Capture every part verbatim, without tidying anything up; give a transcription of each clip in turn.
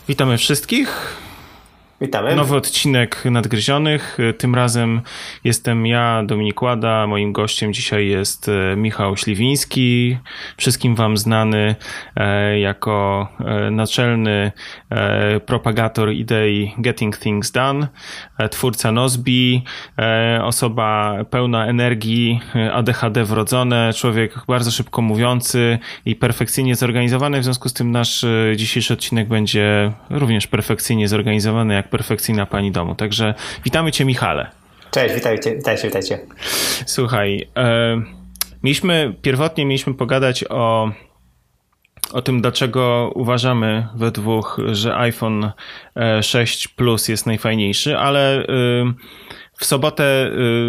Witamy wszystkich. Witamy. Nowy odcinek Nadgryzionych. Tym razem jestem ja, Dominik Łada. Moim gościem dzisiaj jest Michał Śliwiński, wszystkim wam znany jako naczelny propagator idei Getting Things Done, twórca Nozbi, osoba pełna energii, A D H D wrodzone, człowiek bardzo szybko mówiący i perfekcyjnie zorganizowany. W związku z tym nasz dzisiejszy odcinek będzie również perfekcyjnie zorganizowany, jak perfekcyjna pani domu. Także witamy cię, Michale. Cześć, witajcie, witajcie, witajcie. Słuchaj, e, mieliśmy, pierwotnie mieliśmy pogadać o, o tym, dlaczego uważamy we dwóch, że iPhone sześć Plus jest najfajniejszy, ale e, w sobotę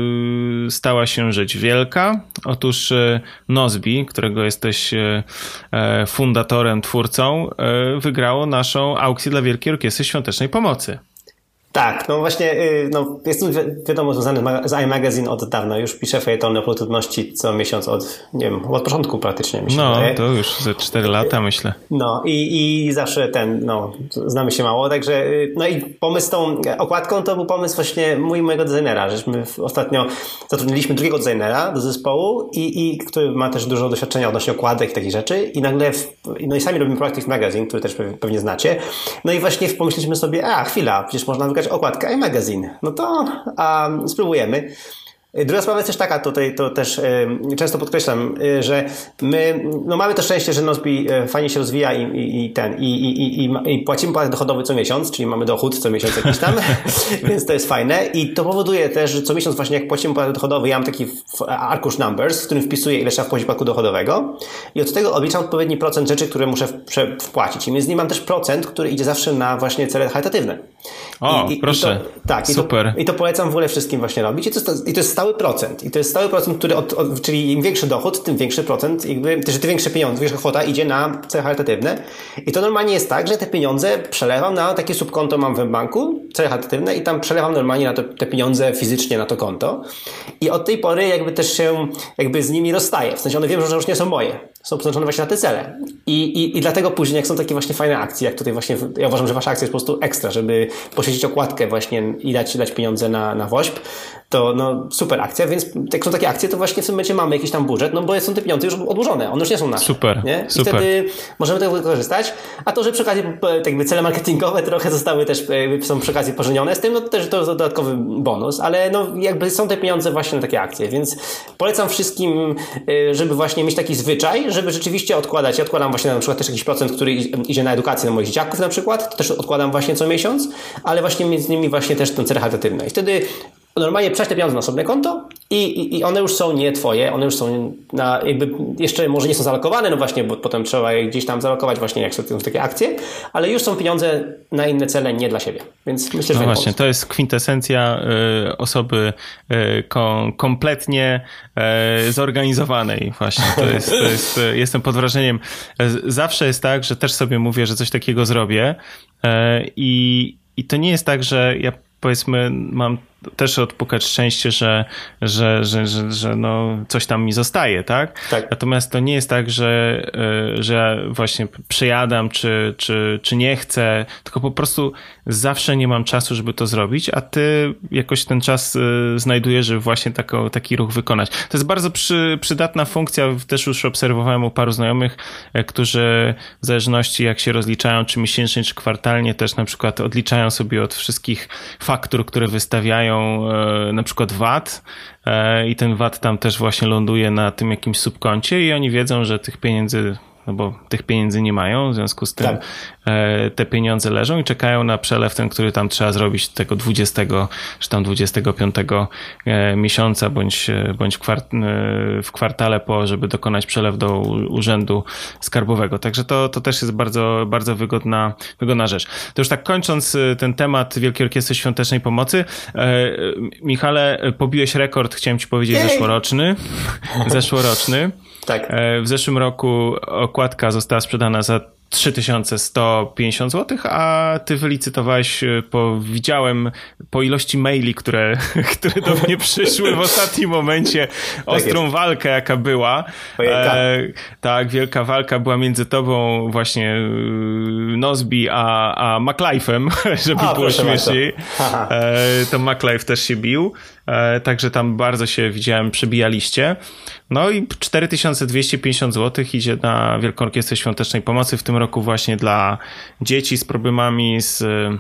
y, stała się rzecz wielka. Otóż y, Nozbi, którego jesteś y, y, fundatorem, twórcą, y, wygrało naszą aukcję dla Wielkiej Orkiestry Świątecznej Pomocy. Tak, no właśnie, no, jestem wi- wiadomo związany z iMagazine od dawna. Już piszę fejetony o produktywności co miesiąc od, nie wiem, od początku praktycznie. Mi się no, wydaje. To już ze cztery lata, myślę. No i, i zawsze ten, no, znamy się mało, także, no i pomysł z tą okładką to był pomysł właśnie mój mojego designera, żeśmy ostatnio zatrudniliśmy drugiego designera do zespołu i, i który ma też dużo doświadczenia odnośnie okładek i takich rzeczy i nagle, w, no i sami robimy Proactive Magazine, który też pewnie znacie, no i właśnie pomyśleliśmy sobie, a chwila, przecież można wygrać okładkę iMagazine. No to a, spróbujemy. Druga sprawa jest też taka, tutaj to też y, często podkreślam, y, że my no mamy to szczęście, że Nozbi y, fajnie się rozwija i, i, i ten i, i, i, i płacimy podatek dochodowy co miesiąc, czyli mamy dochód co miesiąc jakiś tam, więc to jest fajne i to powoduje też, że co miesiąc właśnie jak płacimy podatek dochodowy, ja mam taki arkusz numbers, w którym wpisuję ile trzeba wpłacić podatku dochodowego i od tego odliczam odpowiedni procent rzeczy, które muszę w, wpłacić i między nimi mam też procent, który idzie zawsze na właśnie cele charytatywne. O, I, i, proszę. I to, tak, super. I to, I to polecam w ogóle wszystkim właśnie robić i to jest, i to jest stały procent. I to jest stały procent, który od, od, czyli im większy dochód, tym większy procent, jakby, też tym większe pieniądze, większa kwota idzie na cele charytatywne. I to normalnie jest tak, że te pieniądze przelewam na takie subkonto mam w banku, cele charytatywne i tam przelewam normalnie na to, te pieniądze fizycznie na to konto. I od tej pory jakby też się jakby z nimi rozstaję. W sensie one wiem, że już nie są moje. Są przeznaczone właśnie na te cele. I, i, i dlatego później, jak są takie właśnie fajne akcje, jak tutaj właśnie, ja uważam, że wasza akcja jest po prostu ekstra, żeby poświęcić okładkę właśnie i dać, dać pieniądze na, na WOŚP, to no super akcja, więc jak są takie akcje, to właśnie w tym momencie mamy jakiś tam budżet, no bo są te pieniądze już odłożone, one już nie są nasze. Super, nie? I super. wtedy możemy tego wykorzystać, a to, że przy okazji jakby cele marketingowe trochę zostały też, są przy okazji pożenione z tym, no to też to jest dodatkowy bonus, ale no jakby są te pieniądze właśnie na takie akcje, więc polecam wszystkim, żeby właśnie mieć taki zwyczaj, żeby rzeczywiście odkładać. Ja odkładam właśnie na przykład też jakiś procent, który idzie na edukację na moich dzieciaków na przykład, to też odkładam właśnie co miesiąc, ale właśnie między innymi właśnie też ten cele charytatywne. I wtedy normalnie przejść te pieniądze na osobne konto i, i, i one już są nie twoje, one już są na, jakby jeszcze może nie są zalokowane, no właśnie, bo potem trzeba je gdzieś tam zalokować właśnie jak są takie akcje, ale już są pieniądze na inne cele, nie dla siebie. Więc myślę, że no właśnie, to jest kwintesencja y, osoby y, kom, kompletnie y, zorganizowanej właśnie. To jest, to jest, y, jestem pod wrażeniem. Zawsze jest tak, że też sobie mówię, że coś takiego zrobię y, i, i to nie jest tak, że ja powiedzmy mam też odpukać szczęście, że, że, że, że, że no coś tam mi zostaje, tak? Tak. Natomiast to nie jest tak, że, że właśnie przejadam, czy, czy, czy nie chcę, tylko po prostu zawsze nie mam czasu, żeby to zrobić, a ty jakoś ten czas znajdujesz, żeby właśnie tako, taki ruch wykonać. To jest bardzo przy, przydatna funkcja, też już obserwowałem u paru znajomych, którzy w zależności jak się rozliczają, czy miesięcznie, czy kwartalnie, też na przykład odliczają sobie od wszystkich faktur, które wystawiają na przykład V A T i ten V A T tam też właśnie ląduje na tym jakimś subkoncie i oni wiedzą, że tych pieniędzy, no bo tych pieniędzy nie mają, w związku z tym tak. te pieniądze leżą i czekają na przelew ten, który tam trzeba zrobić tego dwudziestego czy tam dwudziestego piątego miesiąca bądź, bądź w kwartale po, żeby dokonać przelew do urzędu skarbowego. Także to, to też jest bardzo, bardzo wygodna, wygodna rzecz. To już tak kończąc ten temat Wielkiej Orkiestry Świątecznej Pomocy, Michale, pobiłeś rekord, chciałem ci powiedzieć, Jej. zeszłoroczny. Zeszłoroczny. Tak. W zeszłym roku okładka została sprzedana za trzy tysiące sto pięćdziesiąt złotych, a ty wylicytowałeś, po, widziałem po ilości maili, które, które do mnie przyszły w ostatnim momencie, ostrą tak walkę jaka była. E, tak, wielka walka była między tobą właśnie Nozbi a, a MacLife'em, żeby a, było śmieszniej. E, to MacLife też się bił, e, także tam bardzo się widziałem, przebijaliście. No i cztery tysiące dwieście pięćdziesiąt złotych idzie na Wielką Orkiestrę Świątecznej Pomocy w tym roku właśnie dla dzieci z problemami z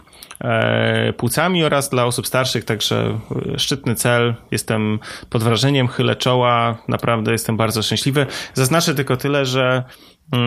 e, płucami oraz dla osób starszych, także szczytny cel. Jestem pod wrażeniem, chylę czoła, naprawdę jestem bardzo szczęśliwy. Zaznaczę tylko tyle, że e,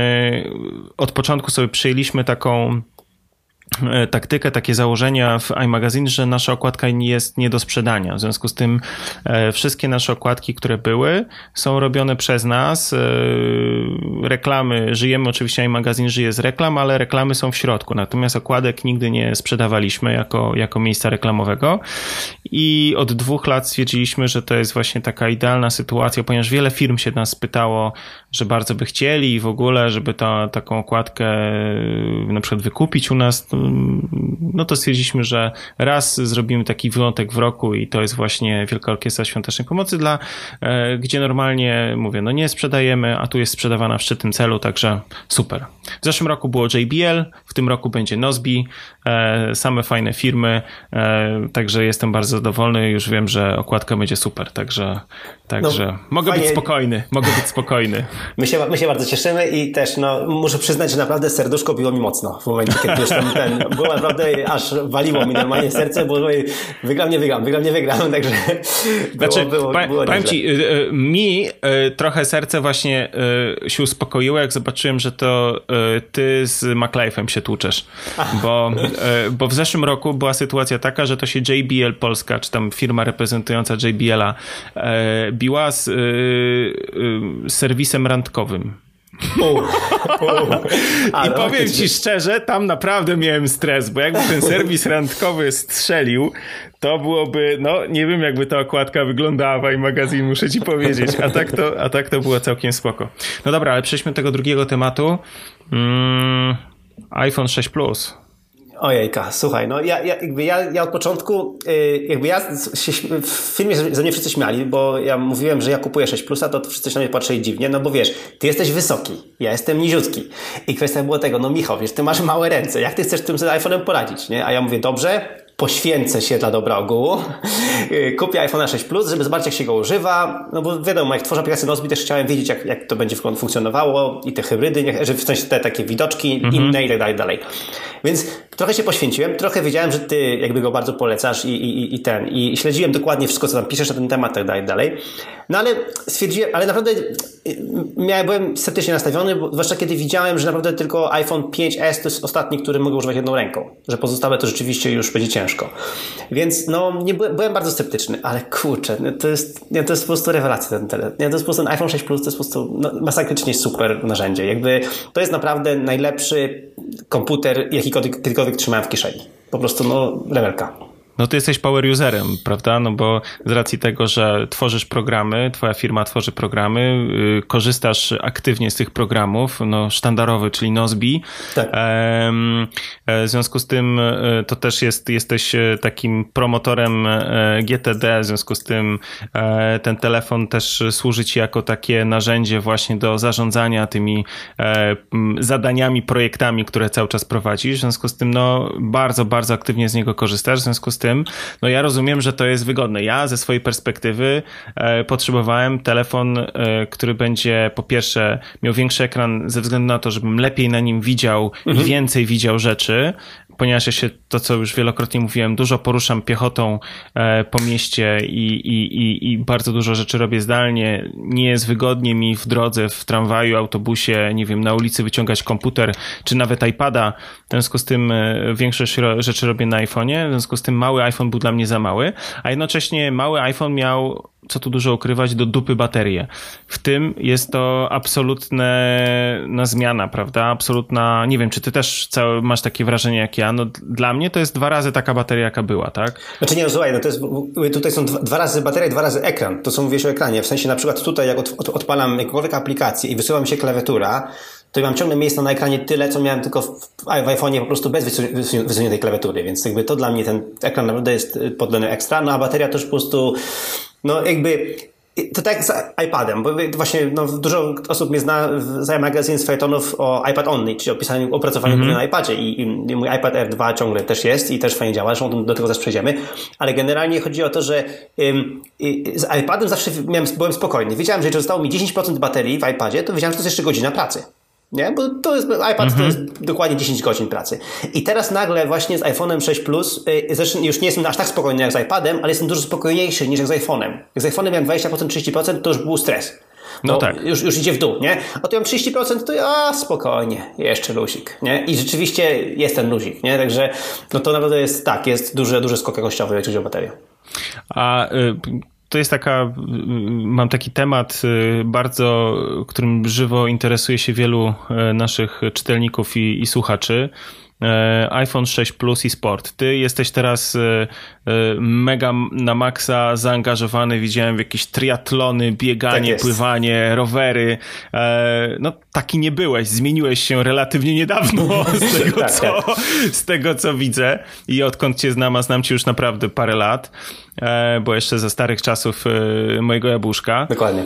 od początku sobie przyjęliśmy taką taktykę, takie założenia w iMagazine, że nasza okładka nie jest nie do sprzedania. W związku z tym e, wszystkie nasze okładki, które były, są robione przez nas. E, reklamy, żyjemy oczywiście, iMagazine żyje z reklam, ale reklamy są w środku. Natomiast okładek nigdy nie sprzedawaliśmy jako, jako miejsca reklamowego i od dwóch lat stwierdziliśmy, że to jest właśnie taka idealna sytuacja, ponieważ wiele firm się nas pytało, że bardzo by chcieli i w ogóle, żeby ta, taką okładkę na przykład wykupić u nas, no to stwierdziliśmy, że raz zrobimy taki wyjątek w roku i to jest właśnie Wielka Orkiestra Świątecznej Pomocy, dla, gdzie normalnie, mówię, no nie sprzedajemy, a tu jest sprzedawana w szczytnym celu, także super. W zeszłym roku było J B L, w tym roku będzie Nozbi, same fajne firmy, także jestem bardzo zadowolony, już wiem, że okładka będzie super, także, także no, mogę fajnie. być spokojny, mogę być spokojny. My się, my się bardzo cieszymy i też, no, muszę przyznać, że naprawdę serduszko biło mi mocno w momencie, kiedy już tam ten, było naprawdę, aż waliło mi normalnie serce, bo wygram, nie wygram, wygram, nie wygram, także było, znaczy, było, pa, było powiem ci, y, mi y, trochę serce właśnie y, się uspokoiło, jak zobaczyłem, że to y, ty z MacLife'em się tłuczesz, bo, y, bo w zeszłym roku była sytuacja taka, że to się J B L Polska, czy tam firma reprezentująca J B L-a y, biła z, y, y, z serwisem randkowym. U, u. I powiem ci szczerze, tam naprawdę miałem stres, bo jakby ten serwis randkowy strzelił, to byłoby, no nie wiem, jakby ta okładka wyglądała i magazyn, muszę ci powiedzieć, a tak to, a tak to było całkiem spoko. No dobra, ale przejdźmy do tego drugiego tematu. Mm, iPhone sześć Plus. Ojejka, słuchaj, no ja, ja, jakby ja, ja od początku, yy, jakby ja się, w filmie ze mnie wszyscy śmiali, bo ja mówiłem, że ja kupuję sześć plusa, to wszyscy się na mnie patrzyli dziwnie, no bo wiesz, ty jesteś wysoki, ja jestem niziutki i kwestia była tego, no Michał, wiesz, ty masz małe ręce, jak ty chcesz tym sobie iPhone'em poradzić, nie? A ja mówię, dobrze, poświęcę się dla dobra ogółu, kupię iPhone'a sześć plus, żeby zobaczyć, jak się go używa, no bo wiadomo, jak tworzę aplikację Nozbi, też chciałem wiedzieć, jak, jak to będzie funkcjonowało i te hybrydy, nie, że w sensie te takie widoczki mhm. inne i tak dalej, dalej. Więc trochę się poświęciłem, trochę wiedziałem, że ty jakby go bardzo polecasz i, i, i ten, i śledziłem dokładnie wszystko, co tam piszesz na ten temat, tak dalej, dalej. No ale stwierdziłem, ale naprawdę miałem, byłem sceptycznie nastawiony, bo zwłaszcza kiedy widziałem, że naprawdę tylko iPhone pięć S to jest ostatni, który mogę używać jedną ręką, że pozostałe to rzeczywiście już będzie ciężko. Więc no, nie byłem, byłem bardzo sceptyczny, ale kurczę, to jest, nie, to jest po prostu rewelacja ten telefon. Nie, to jest po prostu iPhone sześć plus, to jest po prostu no, masakrycznie super narzędzie. Jakby to jest naprawdę najlepszy komputer, jakikolwiek kiedykolwiek trzymałem w kieszeni. Po prostu no, rewelka. No ty jesteś power userem, prawda? No bo z racji tego, że tworzysz programy, twoja firma tworzy programy, yy, korzystasz aktywnie z tych programów, no sztandarowy, czyli Nozbi. Tak. Ehm, w związku z tym yy, to też jest, jesteś takim promotorem yy, G T D, w związku z tym yy, ten telefon też służy ci jako takie narzędzie właśnie do zarządzania tymi yy, zadaniami, projektami, które cały czas prowadzisz. W związku z tym no bardzo, bardzo aktywnie z niego korzystasz. W związku z tym no ja rozumiem, że to jest wygodne. Ja ze swojej perspektywy e, potrzebowałem telefon, e, który będzie po pierwsze miał większy ekran ze względu na to, żebym lepiej na nim widział mhm. i więcej widział rzeczy, ponieważ ja się, to co już wielokrotnie mówiłem, dużo poruszam piechotą e, po mieście i, i, i, i bardzo dużo rzeczy robię zdalnie. Nie jest wygodnie mi w drodze, w tramwaju, autobusie, nie wiem, na ulicy wyciągać komputer, czy nawet iPada. W związku z tym e, większość rzeczy robię na iPhone'ie, w związku z tym mały iPhone był dla mnie za mały, a jednocześnie mały iPhone miał, co tu dużo ukrywać, do dupy baterię. W tym jest to absolutna zmiana, prawda? Absolutna, nie wiem, czy ty też cały, masz takie wrażenie jak ja, no dla mnie to jest dwa razy taka bateria, jaka była, tak? Znaczy nie, no słuchaj, no to jest, tutaj są dwa, dwa razy bateria, dwa razy ekran, to co mówisz o ekranie, w sensie na przykład tutaj jak od, od, odpalam jakąkolwiek aplikację i wysyła mi się klawiatura, to ja mam ciągle miejsca na ekranie tyle, co miałem tylko w, w iPhone'ie po prostu bez wysuniętej klawiatury, więc jakby to dla mnie ten ekran naprawdę jest podlany ekstra, no a bateria też po prostu, no jakby to tak jak z iPadem, bo właśnie no, dużo osób mnie zna z iMagazine, z feuilletonów o iPad Only, czyli o pisaniu, opracowaniu mm-hmm. na iPadzie I, i mój iPad R dwa ciągle też jest i też fajnie działa, zresztą do tego zaraz przejdziemy, ale generalnie chodzi o to, że ym, y, z iPadem zawsze miałem, byłem spokojny. Wiedziałem, że jeżeli zostało mi dziesięć procent baterii w iPadzie, to wiedziałem, że to jest jeszcze godzina pracy. Nie? Bo to jest, iPad mm-hmm. to jest dokładnie dziesięć godzin pracy. I teraz nagle właśnie z iPhone'em sześć Plus, yy, zresztą już nie jestem aż tak spokojny jak z iPadem, ale jestem dużo spokojniejszy niż jak z iPhone'em. Jak z iPhone'em miałem dwadzieścia procent, trzydzieści procent, to już był stres. No tak. Już, już idzie w dół, nie? A tu mam trzydzieści procent, to ja spokojnie, jeszcze luzik, nie? I rzeczywiście jest ten luzik, nie? Także no to naprawdę jest tak, jest duży, duży skok jakościowy, jeśli chodzi o baterię. A y- To jest taka, mam taki temat bardzo, którym żywo interesuje się wielu naszych czytelników i, i słuchaczy. iPhone sześć Plus i Sport. Ty jesteś teraz mega na maksa zaangażowany, widziałem w jakieś triatlony, bieganie, tak pływanie, rowery. No taki nie byłeś, zmieniłeś się relatywnie niedawno z tego, tak, co, tak. z tego co widzę i odkąd cię znam, a znam cię już naprawdę parę lat, bo jeszcze ze starych czasów mojego jabłuszka. Dokładnie.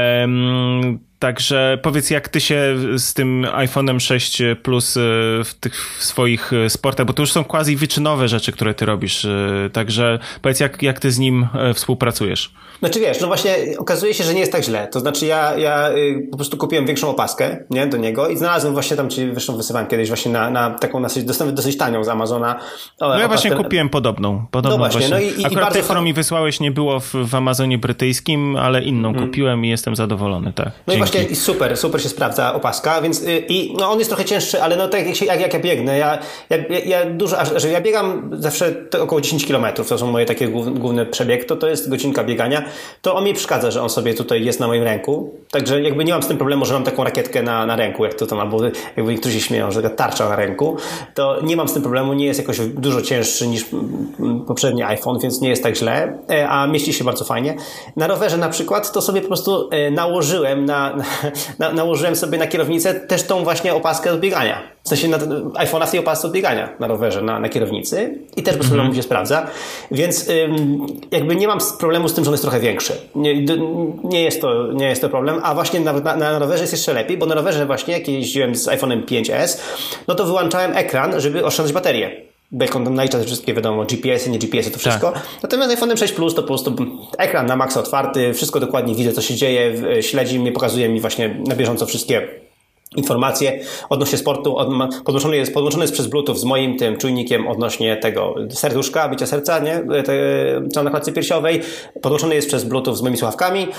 Także powiedz, jak ty się z tym iPhone'em sześć Plus w tych swoich sportach, bo to już są quasi wyczynowe rzeczy, które ty robisz, także powiedz, jak, jak ty z nim współpracujesz? Znaczy wiesz, no właśnie okazuje się, że nie jest tak źle. To znaczy ja, ja y, po prostu kupiłem większą opaskę, nie, do niego i znalazłem właśnie tam, czyli zresztą wysyłałem kiedyś właśnie na, na taką dosyć, dosyć, dosyć tanią z Amazona. O, no ja opaskę. właśnie kupiłem podobną. podobną no właśnie, właśnie. No i, i, Akurat i tej, którą mi wysłałeś, nie było w, w Amazonie brytyjskim, ale inną hmm. kupiłem i jestem zadowolony, tak. No Dzięki. i właśnie super, super się sprawdza opaska, więc y, i no on jest trochę cięższy, ale no tak jak, się, jak, jak ja biegnę, ja, ja, ja dużo, aż, że ja biegam zawsze około dziesięć kilometrów, to są moje takie główne przebieg, to to jest godzinka biegania, to on mi przeszkadza, że on sobie tutaj jest na moim ręku, także jakby nie mam z tym problemu, że mam taką rakietkę na, na ręku, jak to tam, albo jakby niektórzy się śmieją, że taka tarcza na ręku, to nie mam z tym problemu, nie jest jakoś dużo cięższy niż poprzedni iPhone, więc nie jest tak źle, a mieści się bardzo fajnie. Na rowerze na przykład to sobie po prostu nałożyłem na, na, nałożyłem sobie na kierownicę też tą właśnie opaskę do biegania. W sensie na iPhone'a w tej opasce do biegania na rowerze, na, na kierownicy i też bez problemu się sprawdza. Więc ym, jakby nie mam problemu z tym, że on jest trochę większy. Nie, nie, jest, to, nie jest to problem, a właśnie na, na, na rowerze jest jeszcze lepiej, bo na rowerze właśnie jak jeździłem z iPhone'em pięć S, no to wyłączałem ekran, żeby oszczędzać baterię. Bo jak on tam nalicza te wszystkie, wiadomo, G P S y, nie G P S y, to wszystko. Tak. Natomiast iPhone'em sześć Plus to po prostu ekran na maksa otwarty, wszystko dokładnie widzę, co się dzieje, śledzi mnie, pokazuje mi właśnie na bieżąco wszystkie informacje odnośnie sportu. Podłączony jest, podłączony jest przez Bluetooth z moim tym czujnikiem odnośnie tego serduszka, bicia serca, nie? Te, na klatce piersiowej. Podłączony jest przez Bluetooth z moimi słuchawkami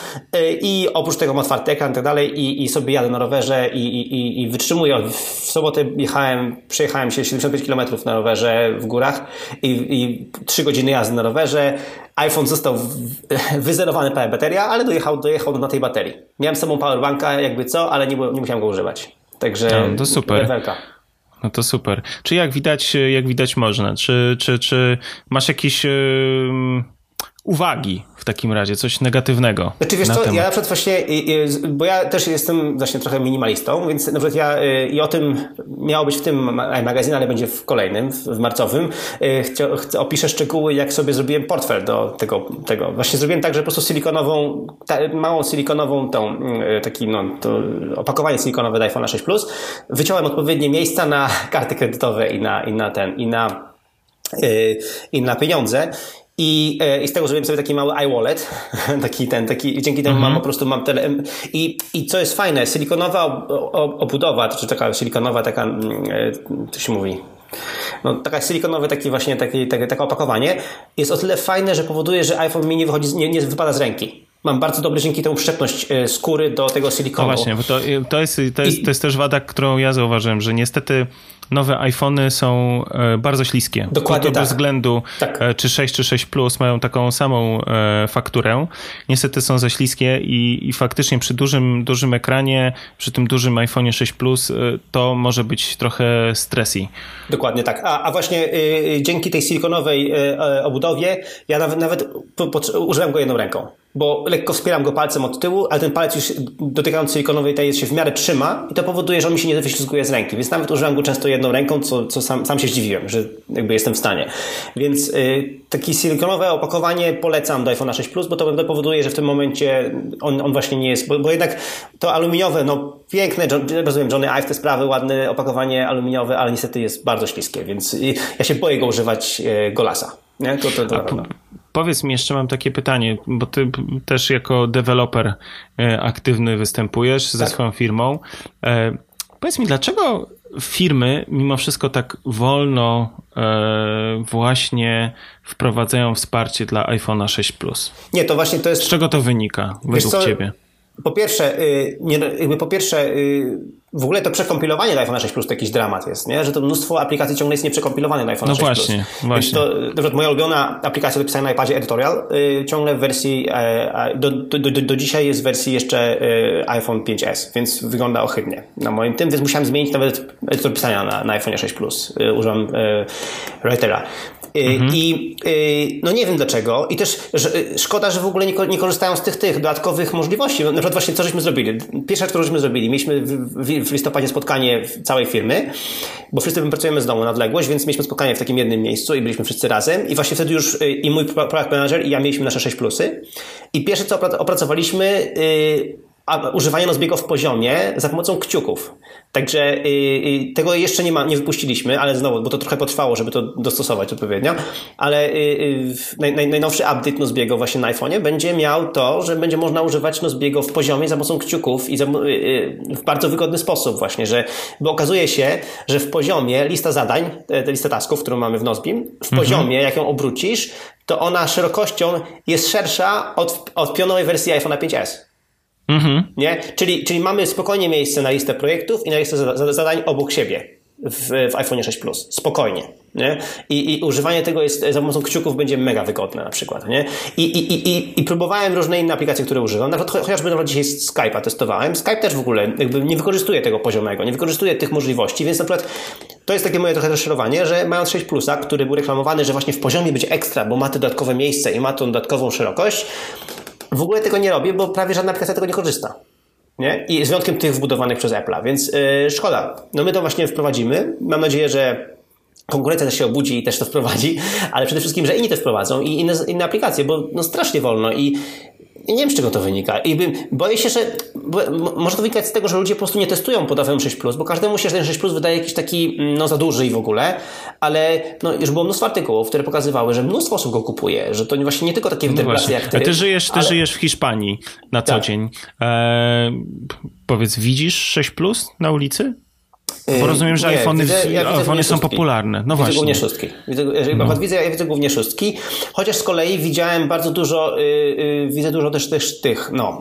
i oprócz tego mam otwarty ekran i tak dalej i, i sobie jadę na rowerze i, i, i wytrzymuję. W sobotę jechałem, przejechałem się siedemdziesiąt pięć kilometrów na rowerze w górach i, i trzy godziny jazdy na rowerze. iPhone został wyzerowany prawie bateria, ale dojechał, dojechał na tej baterii. Miałem z sobą powerbanka, jakby co, ale nie, nie musiałem go używać. Także no, to super. Levelka. No to super. Czy jak widać, jak widać można? Czy, czy, czy masz jakieś yy, uwagi w takim razie? Coś negatywnego? Znaczy wiesz co, ja na przykład właśnie, bo ja też jestem właśnie trochę minimalistą, więc na przykład ja i o tym miało być w tym magazynie, ale będzie w kolejnym, w marcowym. Chcę, chcę, opiszę szczegóły, jak sobie zrobiłem portfel do tego, tego. Właśnie zrobiłem tak, że po prostu silikonową, ta, małą silikonową tą, taki no, to opakowanie silikonowe do iPhone'a sześć Plus. Wyciąłem odpowiednie miejsca na karty kredytowe i na, i na ten, i na, yy, i na pieniądze. I, I z tego zrobiłem sobie taki mały iWallet, taki ten, taki, dzięki temu mm-hmm. mam po prostu, mam tele, i, i co jest fajne, silikonowa obudowa, czy taka silikonowa, taka, to się mówi, no taka silikonowe, taki właśnie, taki, takie, takie opakowanie jest o tyle fajne, że powoduje, że iPhone mi nie wychodzi, nie, nie wypada z ręki. Mam bardzo dobry dzięki temu przyczepność skóry do tego silikonu. No właśnie, bo to, to, jest, to, jest, to jest też wada, którą ja zauważyłem, że niestety nowe iPhony są bardzo śliskie. Dokładnie to tak. Bez względu tak. czy sześć czy sześć plus mają taką samą fakturę. Niestety są za śliskie i, i faktycznie przy dużym, dużym ekranie, przy tym dużym iPhone'ie sześć plus to może być trochę stressy. Dokładnie tak. A, a właśnie y, dzięki tej silikonowej y, obudowie ja nawet, nawet po, po, użyłem go jedną ręką. Bo lekko wspieram go palcem od tyłu, ale ten palec już dotykając silikonowej tej się w miarę trzyma i to powoduje, że on mi się nie wyślizguje z ręki. Więc nawet używam go często jedną ręką, co, co sam, sam się zdziwiłem, że jakby jestem w stanie. Więc y, takie silikonowe opakowanie polecam do iPhone'a sześć plus, bo to powoduje, że w tym momencie on, on właśnie nie jest, bo, bo jednak to aluminiowe, no piękne, rozumiem, Johnny Ive te sprawy, ładne opakowanie aluminiowe, ale niestety jest bardzo śliskie, więc y, ja się boję go używać y, golasa. Nie? To, to, to po, powiedz mi, jeszcze mam takie pytanie, bo ty też jako deweloper aktywny występujesz ze tak. swoją firmą. E, powiedz mi, dlaczego firmy mimo wszystko tak wolno e, właśnie wprowadzają wsparcie dla iPhone'a sześć plus? Nie, to właśnie to jest... Z czego to wynika według co? ciebie? Po pierwsze, nie, jakby po pierwsze w ogóle to przekompilowanie do iPhone'a sześć plus to jakiś dramat jest, nie? Że to mnóstwo aplikacji ciągle jest nieprzekompilowane do iPhone'a no sześć plus. Właśnie, właśnie. To, na przykład moja ulubiona aplikacja do pisania na iPadzie Editorial ciągle w wersji, do, do, do, do dzisiaj jest w wersji jeszcze iPhone pięć S, więc wygląda ohydnie na moim tym, więc musiałem zmienić nawet edytor pisania na, na iPhone'ie sześć plus. Używam Writera. Mhm. I no nie wiem dlaczego i też że, szkoda, że w ogóle nie, nie korzystają z tych, tych dodatkowych możliwości. Na przykład właśnie co żeśmy zrobili. Pierwsza rzecz, którą żeśmy zrobili, mieliśmy w, w, w listopadzie spotkanie całej firmy, bo wszyscy pracujemy z domu na odległość, więc mieliśmy spotkanie w takim jednym miejscu i byliśmy wszyscy razem i właśnie wtedy już i mój product manager i ja mieliśmy nasze sześć plusy i pierwsze co opracowaliśmy yy, a używanie Nozbiego w poziomie za pomocą kciuków. Także y, y, tego jeszcze nie ma, nie wypuściliśmy, ale znowu, bo to trochę potrwało, żeby to dostosować odpowiednio, ale y, y, naj, naj, najnowszy update Nozbiego właśnie na iPhone'ie będzie miał to, że będzie można używać Nozbiego w poziomie za pomocą kciuków i za, y, y, w bardzo wygodny sposób właśnie, że bo okazuje się, że w poziomie lista zadań, te, te lista tasków, którą mamy w Nozbim, w mhm. poziomie, jak ją obrócisz, to ona szerokością jest szersza od, od pionowej wersji iPhone'a pięć S. Mhm. Nie? Czyli, czyli mamy spokojnie miejsce na listę projektów i na listę zadań obok siebie w, w iPhone'ie sześć plus. Spokojnie. Nie? I, I używanie tego jest za pomocą kciuków będzie mega wygodne na przykład. Nie? I, i, i, i próbowałem różne inne aplikacje, które używam. Nawet chociażby nawet dzisiaj Skype'a testowałem. Skype też w ogóle jakby nie wykorzystuje tego poziomego, nie wykorzystuje tych możliwości, więc na przykład to jest takie moje trochę rozczarowanie, że mając sześć plusa, który był reklamowany, że właśnie w poziomie będzie ekstra, bo ma te dodatkowe miejsce i ma tą dodatkową szerokość, w ogóle tego nie robię, bo prawie żadna aplikacja tego nie korzysta. Nie? I z wyjątkiem tych wbudowanych przez Apple'a, więc yy, szkoda. No my to właśnie wprowadzimy. Mam nadzieję, że konkurencja też się obudzi i też to wprowadzi, ale przede wszystkim, że inni to wprowadzą i inne, inne aplikacje, bo no strasznie wolno i nie wiem, z czego to wynika. I boję się, że bo, może to wynikać z tego, że ludzie po prostu nie testują pod iPhone sześć plus, bo każdemu się, że ten sześć plus wydaje jakiś taki no za duży i w ogóle, ale no, już było mnóstwo artykułów, które pokazywały, że mnóstwo osób go kupuje, że to właśnie nie tylko takie wyderbacje no jak ty. Ty żyjesz, ty ale... żyjesz w Hiszpanii na co tak. dzień. Eee, powiedz, widzisz sześć plus na ulicy? Bo rozumiem, że nie, iPhony, widzę, ja iPhony są popularne. No widzę właśnie. Głównie szóstki. Widzę, no. widzę, ja widzę głównie szóstki. Chociaż z kolei widziałem bardzo dużo, yy, yy, widzę dużo też, też tych no,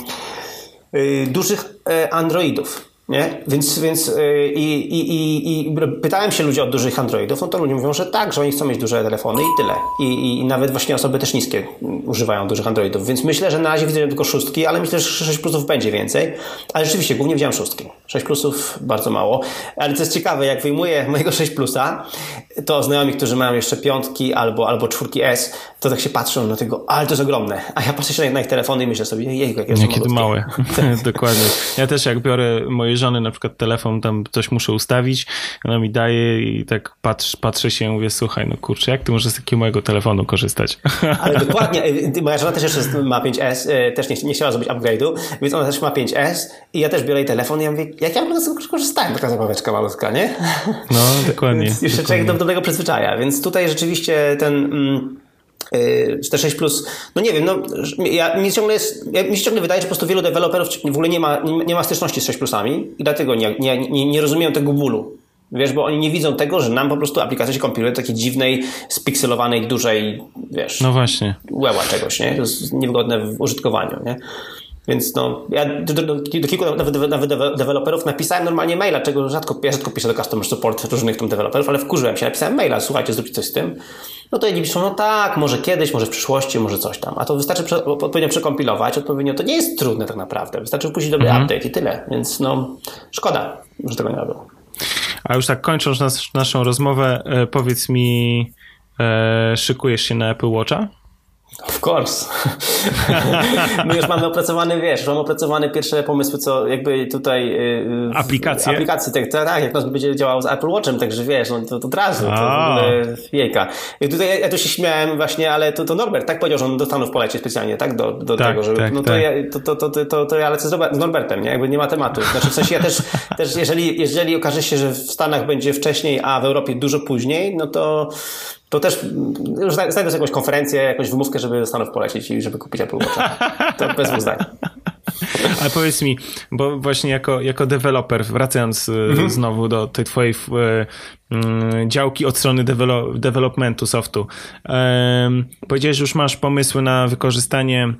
yy, yy, dużych yy, Androidów. Nie? Więc, więc yy, i, i, i pytałem się ludzi od dużych Androidów, no to ludzie mówią, że tak, że oni chcą mieć duże telefony i tyle. I, i nawet właśnie osoby też niskie używają dużych Androidów. Więc myślę, że na razie widzę tylko szóstki, ale myślę, że sześć plusów będzie więcej. Ale rzeczywiście, głównie widziałem szóstki. sześć plusów bardzo mało. Ale co jest ciekawe, jak wyjmuję mojego sześć plusa, to znajomi, którzy mają jeszcze piątki albo, albo czwórki S, to tak się patrzą na tego, ale to jest ogromne. A ja patrzę się na ich telefony i myślę sobie, jej, jakie są jakie to małe. Dokładnie. Ja też jak biorę mojej żony na przykład telefon, tam coś muszę ustawić, ona mi daje i tak patrz, patrzę się i mówię, słuchaj, no kurczę, jak ty możesz z takiego mojego telefonu korzystać? Ale dokładnie. Moja żona też jeszcze ma pięć S, też nie, nie chciała zrobić upgrade'u, więc ona też ma pięć S i ja też biorę jej telefon i ja mówię, jak ja korzystałem, taka zabaweczka malutka, nie? No, dokładnie. Więc jeszcze człowiek do, do tego przyzwyczaja, więc tutaj rzeczywiście ten... Mm, Te sześć plus, no nie wiem, no ja, mi, ciągle jest, ja, mi się ciągle wydaje, że po prostu wielu deweloperów w ogóle nie ma, nie, nie ma styczności z sześć plusami i dlatego nie, nie, nie, nie rozumieją tego bólu. Wiesz, bo oni nie widzą tego, że nam po prostu aplikacja się kompiluje do takiej dziwnej, spikselowanej, dużej, wiesz... No właśnie. Łeła czegoś, nie? To jest niewygodne w użytkowaniu, nie? Więc no, ja do, do, do kilku nawet, nawet deweloperów napisałem normalnie maila, czego rzadko, ja rzadko piszę do customer support różnych tam deweloperów, ale wkurzyłem się, napisałem maila, słuchajcie, zróbcie coś z tym. No to jedni piszą, no tak, może kiedyś, może w przyszłości, może coś tam. A to wystarczy prze, odpowiednio przekompilować, odpowiednio, to nie jest trudne tak naprawdę. Wystarczy wpuścić dobry mhm. update i tyle. Więc no, szkoda, że tego nie robią. A już tak kończąc nas, naszą rozmowę, e, powiedz mi, e, szykujesz się na Apple Watcha? Of course. My już mamy opracowane, wiesz, już mamy opracowane pierwsze pomysły, co jakby tutaj... Yy, aplikacje? Aplikacje, tak, tak, jak nas będzie działało z Apple Watchem, także wiesz, no to, to od razu, to w ogóle jejka. I tutaj ja tu się śmiałem właśnie, ale to, to Norbert tak powiedział, że on do Stanów poleci specjalnie, tak, do, do tak, tego, żeby... Tak, no to, tak. ja, to, to, to, to, to ja lecę z Norbertem, nie? Jakby nie ma tematu. Znaczy w sensie ja też, też jeżeli, jeżeli okaże się, że w Stanach będzie wcześniej, a w Europie dużo później, no to... to też już znajdę sobie jakąś konferencję, jakąś wymówkę, żeby do Stanów polecieć i żeby kupić Apple Watcha. To bez dwóch zdań. Ale powiedz mi, bo właśnie jako, jako deweloper, wracając mhm. znowu do tej twojej y, y, działki od strony develop, developmentu softu, y, powiedziałeś, że już masz pomysły na wykorzystanie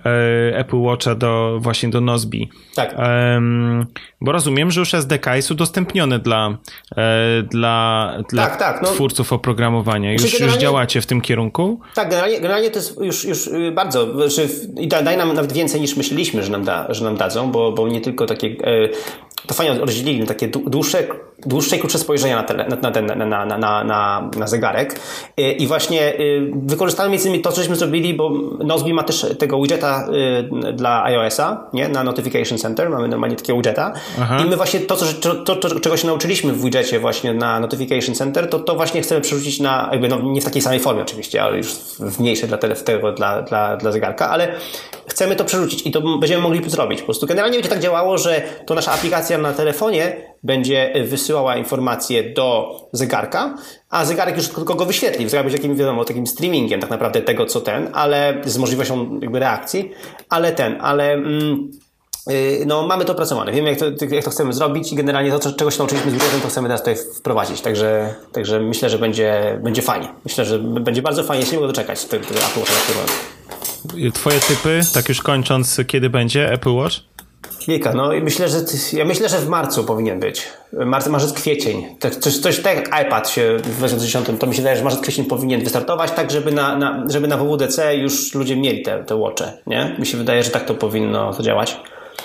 Apple Watcha do właśnie do Nozbi. Tak. Um, bo rozumiem, że już S D K jest udostępnione dla, e, dla, dla tak, tak, no. twórców oprogramowania. Już, już działacie w tym kierunku? Tak, generalnie, generalnie to jest już, już bardzo, że i da, daje nam nawet więcej niż myśleliśmy, że nam, da, że nam dadzą, bo, bo nie tylko takie e, to fajnie rozdzielili na takie dłuższe, dłuższe i krótsze spojrzenia na, tele, na, ten, na, na, na, na, na zegarek. I właśnie wykorzystamy między innymi to, cośmy zrobili, bo Nozbi ma też tego widgeta dla iOS-a, nie? Na Notification Center. Mamy normalnie takiego widgeta. Aha. I my właśnie to, co, to, to, czego się nauczyliśmy w widgetie właśnie na Notification Center, to, to właśnie chcemy przerzucić na, jakby no, nie w takiej samej formie oczywiście, ale już w mniejszej dla, tele, dla, dla, dla zegarka, ale chcemy to przerzucić i to będziemy mogli zrobić. Po prostu generalnie będzie tak działało, że to nasza aplikacja na telefonie będzie wysyłała informacje do zegarka, a zegarek już tylko go wyświetli. Zegarek będzie takim, wiadomo, takim streamingiem tak naprawdę tego, co ten, ale z możliwością jakby reakcji, ale ten, ale mm, yy, no mamy to opracowane. Wiemy, jak to, jak to chcemy zrobić i generalnie to, czego się nauczyliśmy z budżetem, to chcemy teraz tutaj wprowadzić. Także, także myślę, że będzie, będzie fajnie. Myślę, że będzie bardzo fajnie. Nie mogę doczekać tego Apple Watcha. Twoje typy, tak już kończąc, kiedy będzie Apple Watch? Wieka, no i myślę, że ja myślę, że w marcu powinien być. Marc, marzec, kwiecień. Tak, coś, coś tak jak iPad się w dwa tysiące dziesiątym, to mi się wydaje, że marzec, kwiecień powinien wystartować, tak żeby na, na, żeby na W W D C już ludzie mieli te, te watche, nie? Mi się wydaje, że tak to powinno to działać.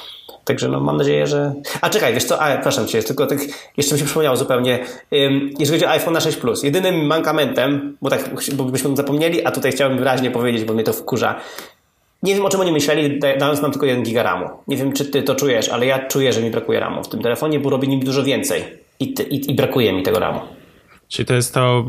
Także no mam nadzieję, że... A czekaj, wiesz co, a przepraszam cię, tylko tak jeszcze mi się przypomniało zupełnie, um, jeżeli chodzi o iPhone sześć Plus, jedynym mankamentem, bo tak bo byśmy zapomnieli, a tutaj chciałbym wyraźnie powiedzieć, bo mnie to wkurza. Nie wiem, o czym oni myśleli, dając nam tylko jeden giga ramu. Nie wiem, czy ty to czujesz, ale ja czuję, że mi brakuje ramu w tym telefonie, bo robi nim dużo więcej i, ty, i, i brakuje mi tego ramu. Czyli to jest to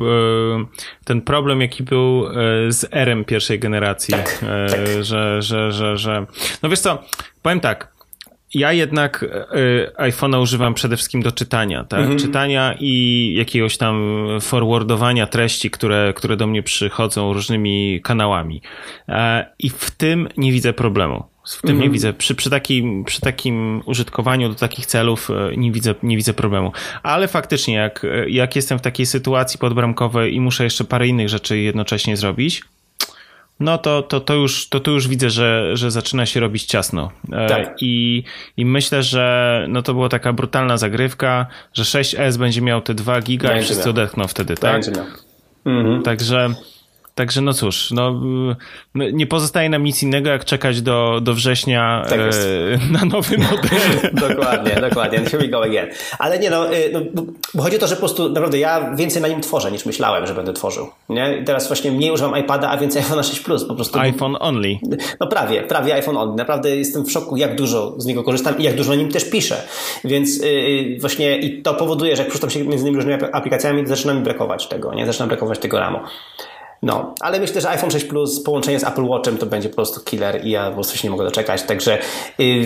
ten problem, jaki był z R-em pierwszej generacji, tak, tak. Że, że, że, że... No wiesz co, powiem tak, ja jednak y, iPhone'a używam przede wszystkim do czytania, tak? Mhm. Czytania i jakiegoś tam forwardowania treści, które, które do mnie przychodzą różnymi kanałami. E, I w tym nie widzę problemu. W tym mhm. nie widzę. Przy, przy, takim, przy takim użytkowaniu do takich celów nie widzę, nie widzę problemu. Ale faktycznie, jak, jak jestem w takiej sytuacji podbramkowej i muszę jeszcze parę innych rzeczy jednocześnie zrobić, no to, to, to, już, to, to już widzę, że, że zaczyna się robić ciasno. Tak. I, I myślę, że no to była taka brutalna zagrywka, że sześć S będzie miał te dwa giga będzie i wszyscy miał. Odetchną wtedy, tak? Będzie miał. Mhm. Także... Także no cóż, no, nie pozostaje nam nic innego, jak czekać do, do września tak e, na nowy model. Dokładnie, dokładnie. Here we go again. Ale nie no, no, bo chodzi o to, że po prostu naprawdę ja więcej na nim tworzę, niż myślałem, że będę tworzył. Nie? I teraz właśnie mniej używam iPada, a więcej iPhone sześć Plus. Po prostu. iPhone only. No prawie, prawie iPhone only. Naprawdę jestem w szoku, jak dużo z niego korzystam i jak dużo na nim też piszę. Więc yy, właśnie i to powoduje, że jak przeczytam się między innymi różnymi aplikacjami, to zaczyna mi brakować tego, nie? Zaczyna brakować tego ramu. No, ale myślę, że iPhone sześć Plus połączenie z Apple Watchem to będzie po prostu killer i ja po prostu się nie mogę doczekać, także yy,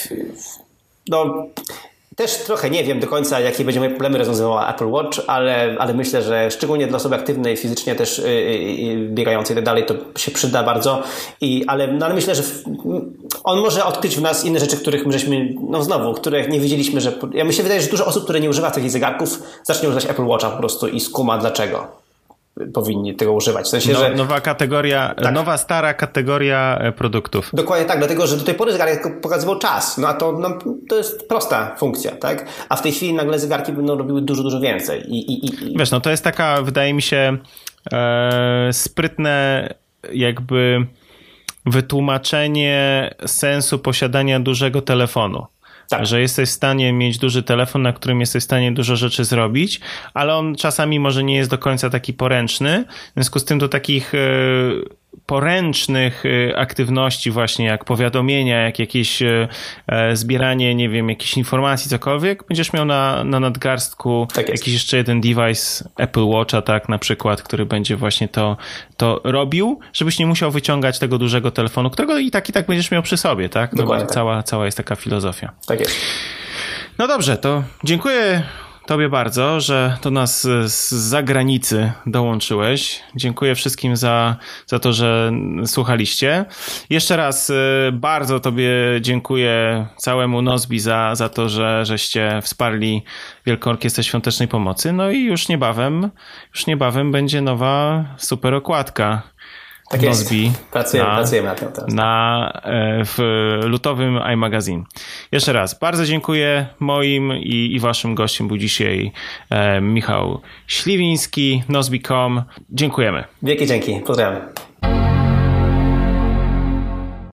no też trochę nie wiem do końca, jakie będzie moje problemy rozwiązywała Apple Watch, ale, ale myślę, że szczególnie dla osoby aktywnej, fizycznie też yy, yy, biegającej i tak dalej, to się przyda bardzo, I, ale, no, ale myślę, że w, on może odkryć w nas inne rzeczy, których my żeśmy, no znowu, których nie wiedzieliśmy, że ja mi się wydaje, że dużo osób, które nie używa takich zegarków, zacznie używać Apple Watcha po prostu i skuma dlaczego. powinni tego używać. W sensie, no, że... Nowa kategoria, tak. nowa, stara kategoria produktów. Dokładnie tak, dlatego, że do tej pory zegarek pokazywał czas, no a to, no, to jest prosta funkcja, tak? A w tej chwili nagle zegarki będą robiły dużo, dużo więcej. I, i, i... Wiesz, no to jest taka, wydaje mi się, e, sprytne jakby wytłumaczenie sensu posiadania dużego telefonu. Tak. Że jesteś w stanie mieć duży telefon, na którym jesteś w stanie dużo rzeczy zrobić, ale on czasami może nie jest do końca taki poręczny. W związku z tym do takich poręcznych aktywności właśnie jak powiadomienia, jak jakieś zbieranie, nie wiem, jakichś informacji, cokolwiek, będziesz miał na, na nadgarstku tak jakiś jeszcze jeden device Apple Watcha, tak, na przykład, który będzie właśnie to, to robił, żebyś nie musiał wyciągać tego dużego telefonu, którego i tak i tak będziesz miał przy sobie, tak? No Dokładnie tak. Cała, cała jest taka filozofia. Tak jest. No dobrze, to dziękuję Tobie bardzo, że do nas z zagranicy dołączyłeś. Dziękuję wszystkim za, za to, że słuchaliście. Jeszcze raz bardzo Tobie dziękuję całemu Nozbi za, za to, że żeście wsparli Wielką Orkiestrę Świątecznej Pomocy. No i już niebawem, już niebawem będzie nowa super okładka. Tak jest. Pracujemy, na, pracujemy na tym teraz. Na, w lutowym iMagazine. Jeszcze raz, bardzo dziękuję. Moim i, i waszym gościem był dzisiaj e, Michał Śliwiński, Nozbi kropka com. Dziękujemy. Wielkie dzięki. Pozdrawiam.